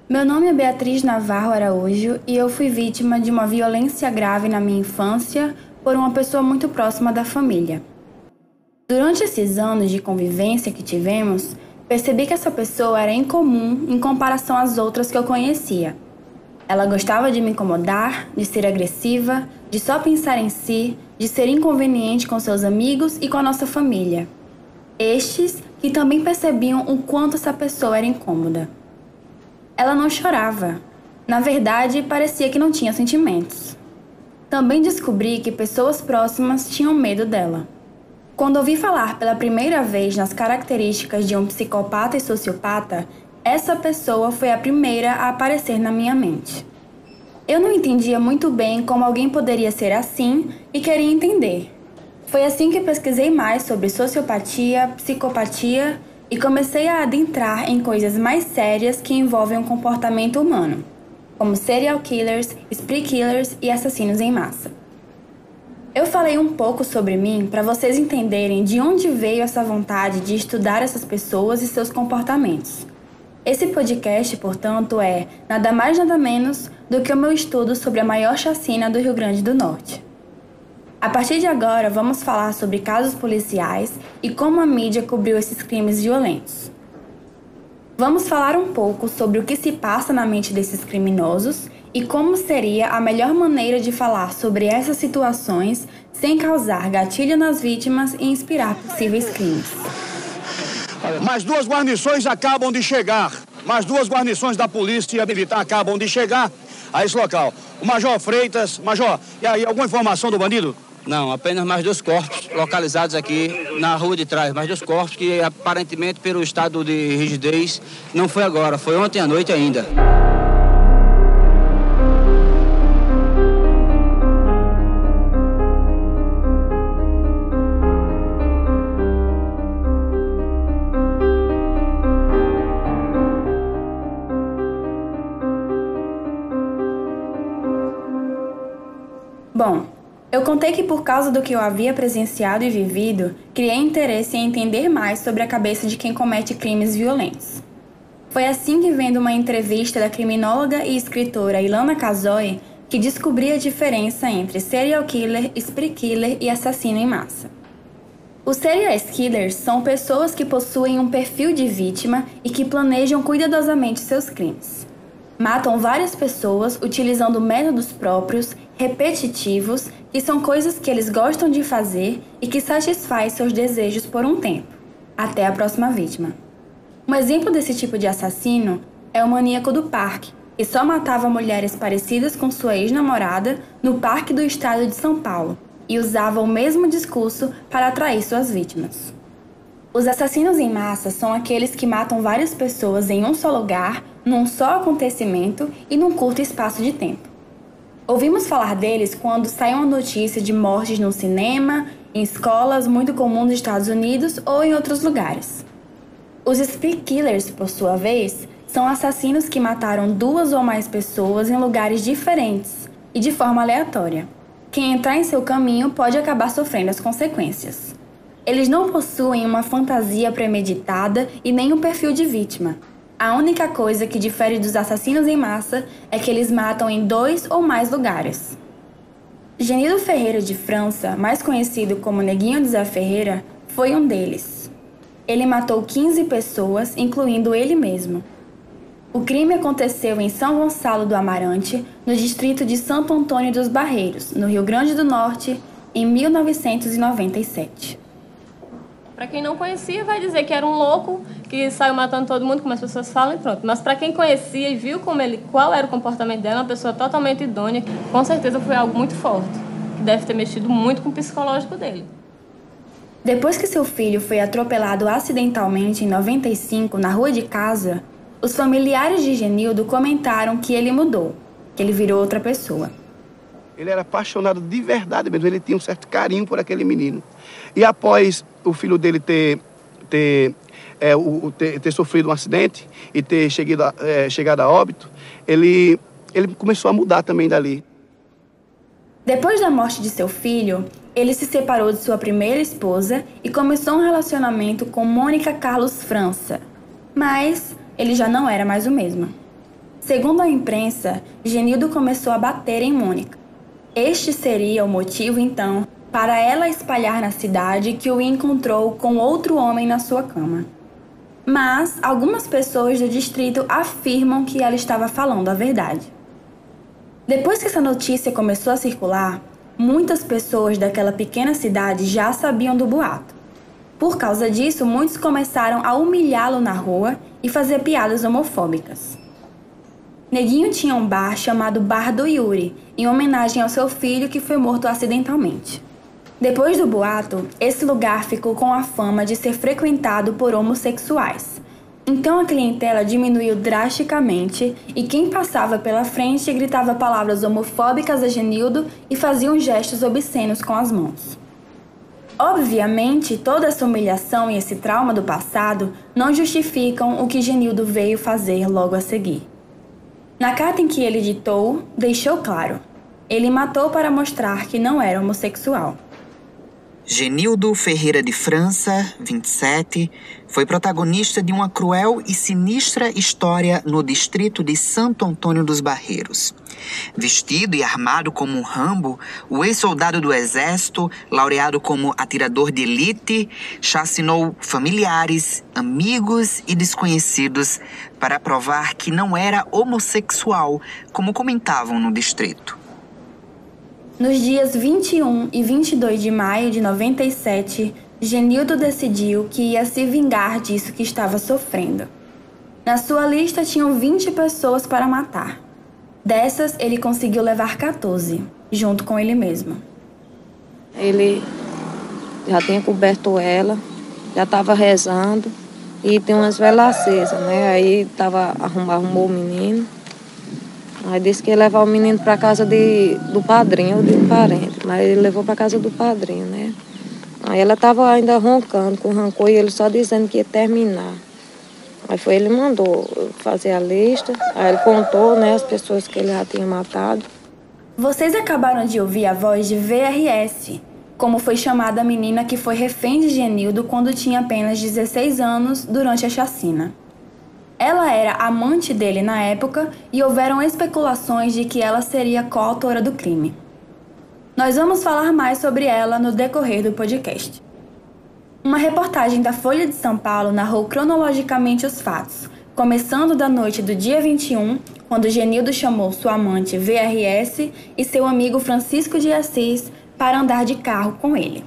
Meu nome é Beatriz Navarro Araújo e eu fui vítima de uma violência grave na minha infância por uma pessoa muito próxima da família. Durante esses anos de convivência que tivemos, percebi que essa pessoa era incomum em comparação às outras que eu conhecia. Ela gostava de me incomodar, de ser agressiva, de só pensar em si, de ser inconveniente com seus amigos e com a nossa família. Estes que também percebiam o quanto essa pessoa era incômoda. Ela não chorava. Na verdade, parecia que não tinha sentimentos. Também descobri que pessoas próximas tinham medo dela. Quando ouvi falar pela primeira vez nas características de um psicopata e sociopata, essa pessoa foi a primeira a aparecer na minha mente. Eu não entendia muito bem como alguém poderia ser assim e queria entender. Foi assim que pesquisei mais sobre sociopatia, psicopatia e comecei a adentrar em coisas mais sérias que envolvem o comportamento humano, como serial killers, spree killers e assassinos em massa. Eu falei um pouco sobre mim para vocês entenderem de onde veio essa vontade de estudar essas pessoas e seus comportamentos. Esse podcast, portanto, é nada mais nada menos do que o meu estudo sobre a maior chacina do Rio Grande do Norte. A partir de agora, vamos falar sobre casos policiais e como a mídia cobriu esses crimes violentos. Vamos falar um pouco sobre o que se passa na mente desses criminosos e como seria a melhor maneira de falar sobre essas situações sem causar gatilho nas vítimas e inspirar possíveis crimes. Mais 2 guarnições acabam de chegar. Mais 2 guarnições da Polícia Militar acabam de chegar a esse local. O Major Freitas. Major, e aí, alguma informação do bandido? Não, apenas mais 2 corpos localizados aqui na rua de trás. Mais 2 corpos que aparentemente pelo estado de rigidez não foi agora, foi ontem à noite ainda. Bom, eu contei que por causa do que eu havia presenciado e vivido, criei interesse em entender mais sobre a cabeça de quem comete crimes violentos. Foi assim que, vendo uma entrevista da criminóloga e escritora Ilana Casoy, que descobri a diferença entre serial killer, spree killer e assassino em massa. Os serial killers são pessoas que possuem um perfil de vítima e que planejam cuidadosamente seus crimes. Matam várias pessoas utilizando métodos próprios, repetitivos, que são coisas que eles gostam de fazer e que satisfaz seus desejos por um tempo, até a próxima vítima. Um exemplo desse tipo de assassino é o maníaco do parque, que só matava mulheres parecidas com sua ex-namorada no parque do estado de São Paulo e usava o mesmo discurso para atrair suas vítimas. Os assassinos em massa são aqueles que matam várias pessoas em um só lugar, num só acontecimento e num curto espaço de tempo. Ouvimos falar deles quando sai uma notícia de mortes no cinema, em escolas muito comum nos Estados Unidos ou em outros lugares. Os spree killers, por sua vez, são assassinos que mataram 2 ou mais pessoas em lugares diferentes e de forma aleatória. Quem entrar em seu caminho pode acabar sofrendo as consequências. Eles não possuem uma fantasia premeditada e nem um perfil de vítima. A única coisa que difere dos assassinos em massa é que eles matam em 2 ou mais lugares. Genildo Ferreira de França, mais conhecido como Neguinho de Zé Ferreira, foi um deles. Ele matou 15 pessoas, incluindo ele mesmo. O crime aconteceu em São Gonçalo do Amarante, no distrito de Santo Antônio dos Barreiros, no Rio Grande do Norte, em 1997. Para quem não conhecia, vai dizer que era um louco que saiu matando todo mundo, como as pessoas falam, e pronto. Mas para quem conhecia e viu qual era o comportamento dela, uma pessoa totalmente idônea, com certeza foi algo muito forte, que deve ter mexido muito com o psicológico dele. Depois que seu filho foi atropelado acidentalmente em 95 na rua de casa, os familiares de Genildo comentaram que ele mudou, que ele virou outra pessoa. Ele era apaixonado de verdade mesmo, ele tinha um certo carinho por aquele menino. E após o filho dele ter sofrido um acidente e ter chegado a óbito, ele começou a mudar também dali. Depois da morte de seu filho, ele se separou de sua primeira esposa e começou um relacionamento com Mônica Carlos França. Mas ele já não era mais o mesmo. Segundo a imprensa, Genildo começou a bater em Mônica. Este seria o motivo, então, para ela espalhar na cidade que o encontrou com outro homem na sua cama. Mas algumas pessoas do distrito afirmam que ela estava falando a verdade. Depois que essa notícia começou a circular, muitas pessoas daquela pequena cidade já sabiam do boato. Por causa disso, muitos começaram a humilhá-lo na rua e fazer piadas homofóbicas. Neguinho tinha um bar chamado Bar do Yuri, em homenagem ao seu filho que foi morto acidentalmente. Depois do boato, esse lugar ficou com a fama de ser frequentado por homossexuais. Então a clientela diminuiu drasticamente e quem passava pela frente gritava palavras homofóbicas a Genildo e faziam gestos obscenos com as mãos. Obviamente, toda essa humilhação e esse trauma do passado não justificam o que Genildo veio fazer logo a seguir. Na carta em que ele ditou, deixou claro: ele matou para mostrar que não era homossexual. Genildo Ferreira de França, 27, foi protagonista de uma cruel e sinistra história no distrito de Santo Antônio dos Barreiros. Vestido e armado como um Rambo, o ex-soldado do Exército, laureado como atirador de elite, chacinou familiares, amigos e desconhecidos para provar que não era homossexual, como comentavam no distrito. Nos dias 21 e 22 de maio de 97, Genildo decidiu que ia se vingar disso que estava sofrendo. Na sua lista tinham 20 pessoas para matar. Dessas, ele conseguiu levar 14, junto com ele mesmo. Ele já tinha coberto ela, já estava rezando e tem umas velas acesas, né? Aí arrumou o menino. Aí disse que ia levar o menino para casa do padrinho ou de um parente, mas ele levou para casa do padrinho, né? Aí ela estava ainda roncando com rancor e ele só dizendo que ia terminar. Aí ele mandou fazer a lista, aí ele contou, né, as pessoas que ele já tinha matado. Vocês acabaram de ouvir a voz de VRS, como foi chamada a menina que foi refém de Genildo quando tinha apenas 16 anos durante a chacina. Ela era amante dele na época e houveram especulações de que ela seria coautora do crime. Nós vamos falar mais sobre ela no decorrer do podcast. Uma reportagem da Folha de São Paulo narrou cronologicamente os fatos, começando da noite do dia 21, quando Genildo chamou sua amante VRS e seu amigo Francisco de Assis para andar de carro com ele.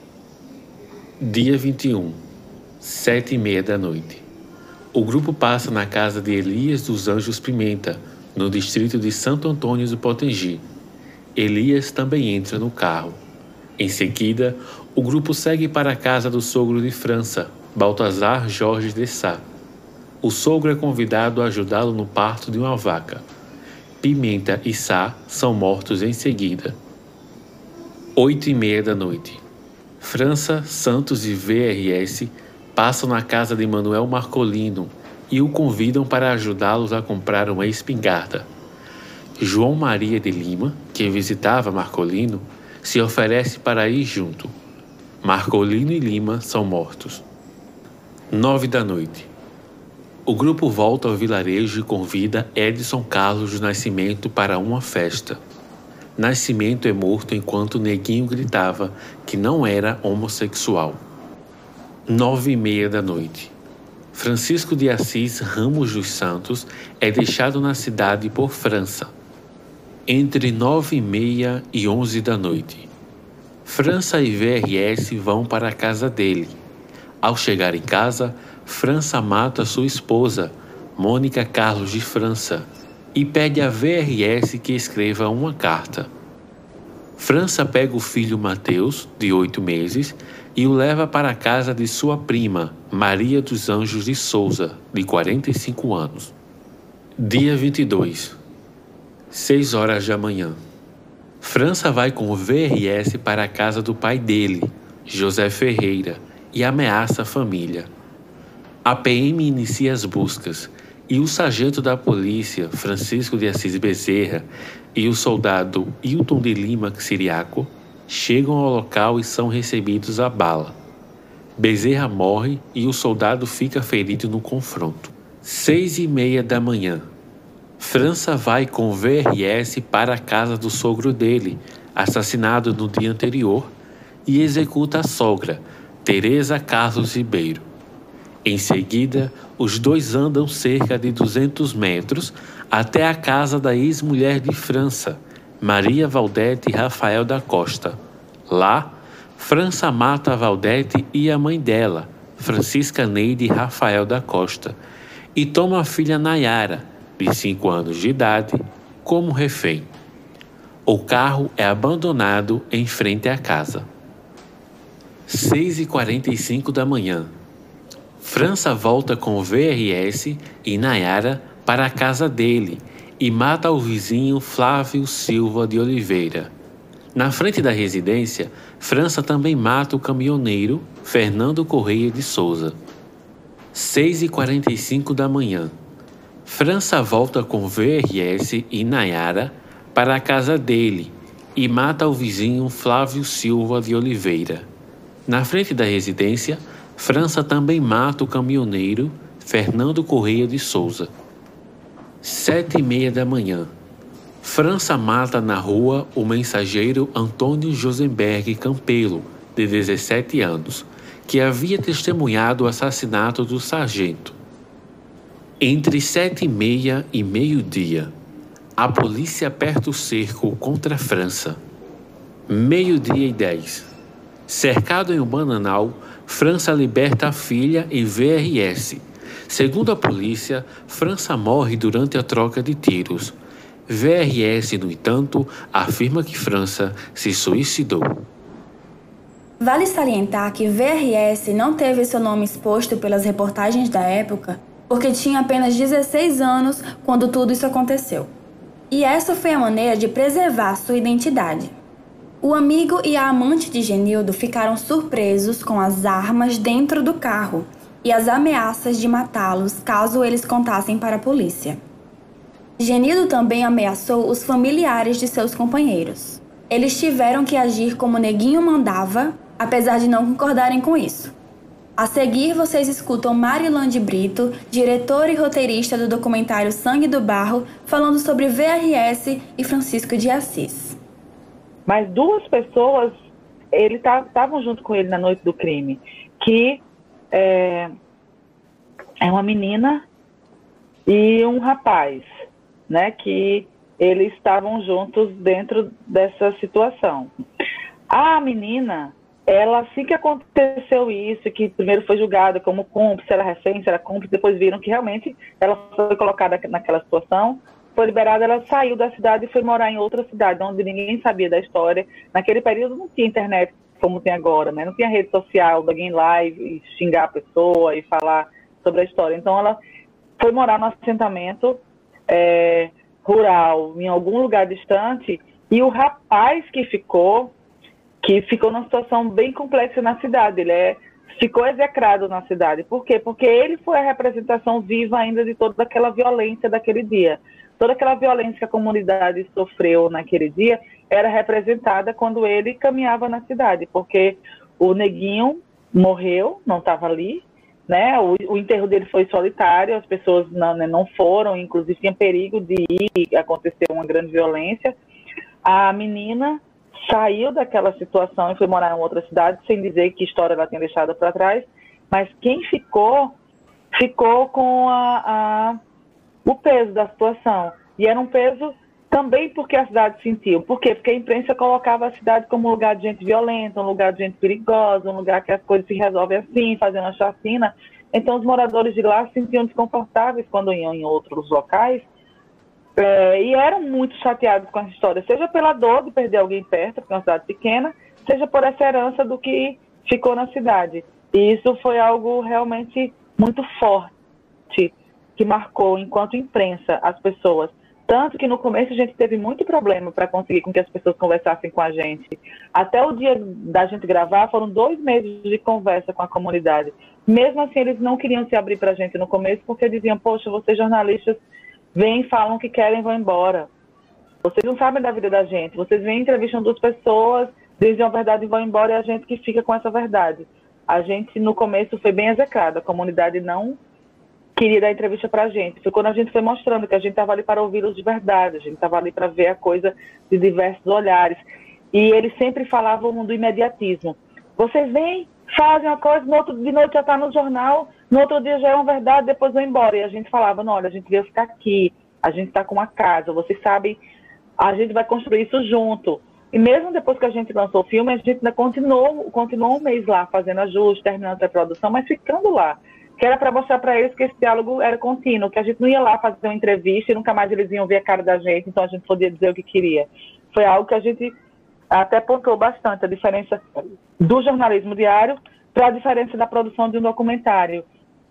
Dia 21, 7h30 da noite. O grupo passa na casa de Elias dos Anjos Pimenta, no distrito de Santo Antônio do Potengi. Elias também entra no carro. Em seguida, o grupo segue para a casa do sogro de França, Baltazar Jorge de Sá. O sogro é convidado a ajudá-lo no parto de uma vaca. Pimenta e Sá são mortos em seguida. 8h30 da noite. França, Santos e VRS passam na casa de Manuel Marcolino e o convidam para ajudá-los a comprar uma espingarda. João Maria de Lima, que visitava Marcolino, se oferece para ir junto. Marcolino e Lima são mortos. 9 da noite. O grupo volta ao vilarejo e convida Edson Carlos do Nascimento para uma festa. Nascimento é morto enquanto Neguinho gritava que não era homossexual. 9h30 da noite. Francisco de Assis Ramos dos Santos é deixado na cidade por França. Entre 9h30 e 11 da noite. França e VRS vão para a casa dele. Ao chegar em casa, França mata sua esposa, Mônica Carlos de França, e pede a VRS que escreva uma carta. França pega o filho Mateus, de 8 meses, e o leva para a casa de sua prima, Maria dos Anjos de Souza, de 45 anos. Dia 22, 6 horas da manhã. França vai com o VRS para a casa do pai dele, José Ferreira, e ameaça a família. A PM inicia as buscas e o sargento da polícia, Francisco de Assis Bezerra, e o soldado Hilton de Lima Siriaco chegam ao local e são recebidos a bala. Bezerra morre e o soldado fica ferido no confronto. 6h30 da manhã. França vai com o VRS para a casa do sogro dele, assassinado no dia anterior, e executa a sogra, Teresa Carlos Ribeiro. Em seguida, os dois andam cerca de 200 metros até a casa da ex-mulher de França, Maria Valdete Rafael da Costa. Lá, França mata a Valdete e a mãe dela, Francisca Neide Rafael da Costa, e toma a filha Nayara, de 5 anos de idade, como refém. O carro é abandonado em frente à casa. 6h45 da manhã. França volta com o VRS e Nayara para a casa dele e mata o vizinho Flávio Silva de Oliveira. Na frente da residência, França também mata o caminhoneiro Fernando Correia de Souza. 6h45 da manhã. França volta com VRS e Nayara para a casa dele e mata o vizinho Flávio Silva de Oliveira. Na frente da residência, França também mata o caminhoneiro Fernando Correia de Souza. 7h30 da manhã. França mata na rua o mensageiro Antônio Josenberg Campelo, de 17 anos, que havia testemunhado o assassinato do sargento. Entre 7h30 e meio-dia, a polícia aperta o cerco contra a França. 12h10. Cercado em um bananal, França liberta a filha e VRS. Segundo a polícia, França morre durante a troca de tiros. VRS, no entanto, afirma que França se suicidou. Vale salientar que VRS não teve seu nome exposto pelas reportagens da época porque tinha apenas 16 anos quando tudo isso aconteceu. E essa foi a maneira de preservar sua identidade. O amigo e a amante de Genildo ficaram surpresos com as armas dentro do carro e as ameaças de matá-los caso eles contassem para a polícia. Genildo também ameaçou os familiares de seus companheiros. Eles tiveram que agir como Neguinho mandava, apesar de não concordarem com isso. A seguir, vocês escutam Marilande Brito, diretora e roteirista do documentário Sangue do Barro, falando sobre VRS e Francisco de Assis. Mas 2 pessoas, estavam junto com ele na noite do crime, que é uma menina e um rapaz, né, que eles estavam juntos dentro dessa situação. A menina, ela, assim que aconteceu isso, que primeiro foi julgada como cúmplice, era refém, era cúmplice, depois viram que realmente ela foi colocada naquela situação, foi liberada, ela saiu da cidade e foi morar em outra cidade, onde ninguém sabia da história. Naquele período não tinha internet como tem agora, né? Não tinha rede social, alguém live e xingar a pessoa e falar sobre a história. Então ela foi morar no assentamento rural, em algum lugar distante, e o rapaz que ficou numa situação bem complexa na cidade, ficou execrado na cidade. Por quê? Porque ele foi a representação viva ainda de toda aquela violência daquele dia. Toda aquela violência que a comunidade sofreu naquele dia era representada quando ele caminhava na cidade, porque o Neguinho morreu, não estava ali, né? O enterro dele foi solitário, as pessoas não foram, inclusive tinha perigo de ir acontecer uma grande violência. A menina saiu daquela situação e foi morar em outra cidade, sem dizer que história ela tinha deixado para trás, mas quem ficou com o peso da situação. E era um peso também porque a cidade sentiu. Por quê? Porque a imprensa colocava a cidade como um lugar de gente violenta, um lugar de gente perigosa, um lugar que as coisas se resolvem assim, fazendo a chacina. Então os moradores de lá se sentiam desconfortáveis quando iam em outros locais, e eram muito chateados com essa história, seja pela dor de perder alguém perto, porque é uma cidade pequena, seja por essa herança do que ficou na cidade. E isso foi algo realmente muito forte, que marcou, enquanto imprensa, as pessoas. Tanto que no começo a gente teve muito problema para conseguir com que as pessoas conversassem com a gente. Até o dia da gente gravar, foram 2 meses de conversa com a comunidade. Mesmo assim, eles não queriam se abrir para a gente no começo, porque diziam, poxa, vocês jornalistas vêm, falam o que querem e vão embora. Vocês não sabem da vida da gente. Vocês vêm, entrevistam 2 pessoas, dizem a verdade e vão embora, e a gente que fica com essa verdade. A gente, no começo, foi bem execrado. A comunidade não queria dar entrevista pra gente. Foi quando a gente foi mostrando que a gente estava ali para ouvi-los de verdade, a gente estava ali para ver a coisa de diversos olhares. E eles sempre falavam do imediatismo. Vocês vêm, fazem uma coisa, de noite já está no jornal, no outro dia já é uma verdade, depois vão embora. E a gente falava, não, olha, a gente veio ficar aqui, a gente está com uma casa, vocês sabem, a gente vai construir isso junto. E mesmo depois que a gente lançou o filme, a gente ainda continuou um mês lá, fazendo ajuste, terminando a pré-produção, mas ficando lá. Que era para mostrar para eles que esse diálogo era contínuo, que a gente não ia lá fazer uma entrevista e nunca mais eles iam ver a cara da gente, então a gente podia dizer o que queria. Foi algo que a gente até pontuou bastante, a diferença do jornalismo diário para a diferença da produção de um documentário.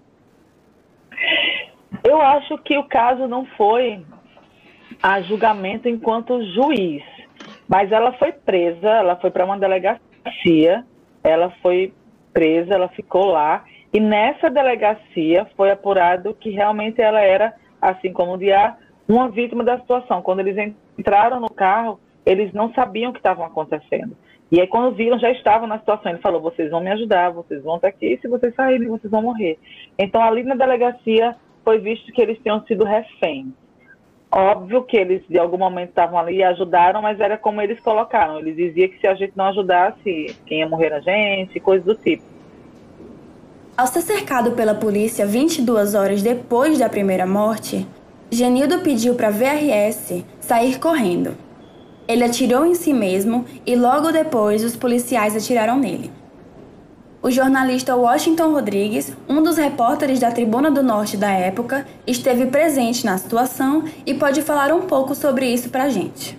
Eu acho que o caso não foi a julgamento enquanto juiz, mas ela foi presa, ela foi para uma delegacia, ela foi presa, ela ficou lá, e nessa delegacia foi apurado que realmente ela era, assim como o Diá, uma vítima da situação. Quando eles entraram no carro, eles não sabiam o que estava acontecendo. E aí quando viram, já estavam na situação. Ele falou, vocês vão me ajudar, vocês vão estar aqui, se vocês saírem, vocês vão morrer. Então ali na delegacia foi visto que eles tinham sido reféns. Óbvio que eles de algum momento estavam ali e ajudaram, mas era como eles colocaram. Eles diziam que se a gente não ajudasse, quem ia morrer a gente, coisas do tipo. Ao ser cercado pela polícia 22 horas depois da primeira morte, Genildo pediu para a VRS sair correndo. Ele atirou em si mesmo e logo depois os policiais atiraram nele. O jornalista Washington Rodrigues, um dos repórteres da Tribuna do Norte da época, esteve presente na situação e pode falar um pouco sobre isso pra gente.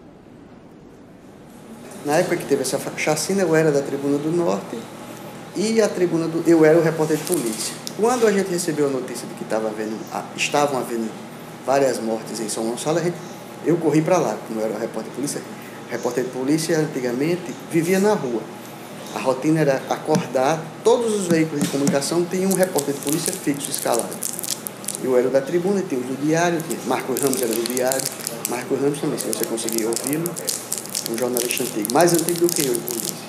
Na época que teve essa chacina, eu era da Tribuna do Norte e eu era o repórter de polícia. Quando a gente recebeu a notícia de que estavam havendo várias mortes em São Gonçalo, eu corri para lá, como eu era repórter de polícia. Repórter de polícia, antigamente, vivia na rua. A rotina era acordar, todos os veículos de comunicação tinham um repórter de polícia fixo, escalado. Eu era da Tribuna, tinha o do Diário, Marcos Ramos era do Diário. Marcos Ramos também, se você conseguir ouvi-lo, um jornalista antigo, mais antigo do que eu, de polícia.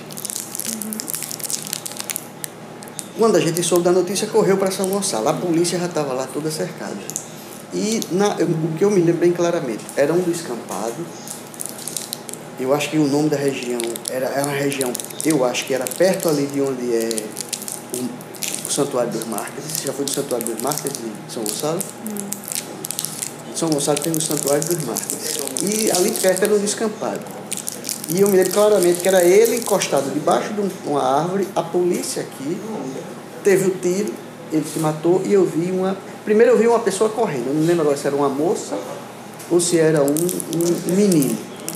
Quando a gente soube da notícia, correu para São Gonçalo. A polícia já estava lá toda cercada. E o que eu me lembro bem claramente, era um descampado. Eu acho que o nome da região era uma região, eu acho que era perto ali de onde é o Santuário dos Mártires. Você já foi do Santuário dos Mártires de São Gonçalo? São Gonçalo tem o Santuário dos Mártires. E ali perto era um descampado. E eu me lembro claramente que era ele encostado debaixo de uma árvore, a polícia aqui, teve o tiro, ele se matou e eu vi primeiro eu vi uma pessoa correndo, eu não lembro agora se era uma moça ou se era um menino.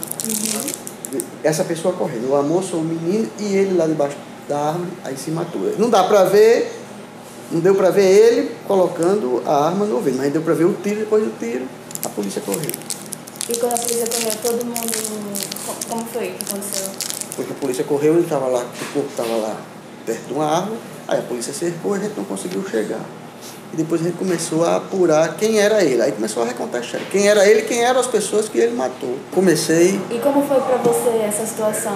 Essa pessoa correndo, uma moça ou um menino, e ele lá debaixo da árvore, aí se matou. Não deu pra ver ele colocando a arma no ouvido, mas deu pra ver o tiro, depois do tiro, a polícia correu. E quando a polícia correu, todo mundo... Como foi que aconteceu? Porque a polícia correu, ele estava lá, o corpo estava lá perto de uma árvore, aí a polícia cercou e a gente não conseguiu chegar. E depois a gente começou a apurar quem era ele. Aí começou a recontar a história. Quem era ele, quem eram as pessoas que ele matou. Comecei... E como foi pra você essa situação?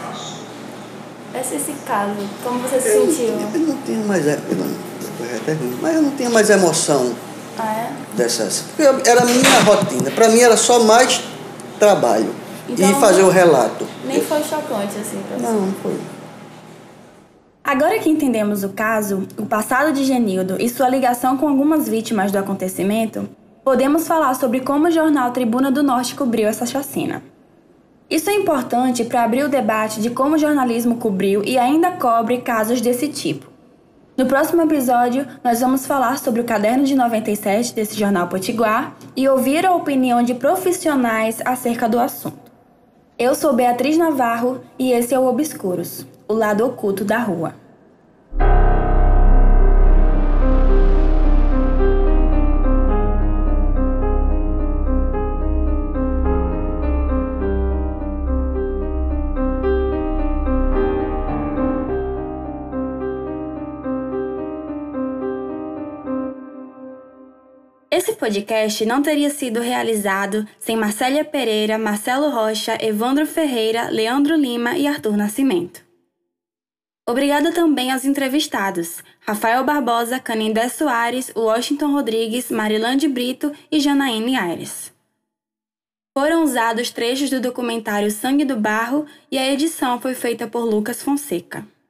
Esse caso, como você se sentiu? Eu não tinha mais... Mas eu não tinha mais emoção dessas... Era a minha rotina. Pra mim era só mais trabalho. Então, e fazer o relato. Nem foi chocante assim pra você? Não foi. Agora que entendemos o caso, o passado de Genildo e sua ligação com algumas vítimas do acontecimento, podemos falar sobre como o jornal Tribuna do Norte cobriu essa chacina. Isso é importante para abrir o debate de como o jornalismo cobriu e ainda cobre casos desse tipo. No próximo episódio, nós vamos falar sobre o Caderno de 97 desse jornal potiguar e ouvir a opinião de profissionais acerca do assunto. Eu sou Beatriz Navarro e esse é o Obscuros, o lado oculto da rua. Esse podcast não teria sido realizado sem Marcélia Pereira, Marcelo Rocha, Evandro Ferreira, Leandro Lima e Arthur Nascimento. Obrigada também aos entrevistados, Rafael Barbosa, Canindé Soares, Washington Rodrigues, Marilande Brito e Janaíne Aires. Foram usados trechos do documentário Sangue do Barro e a edição foi feita por Lucas Fonseca.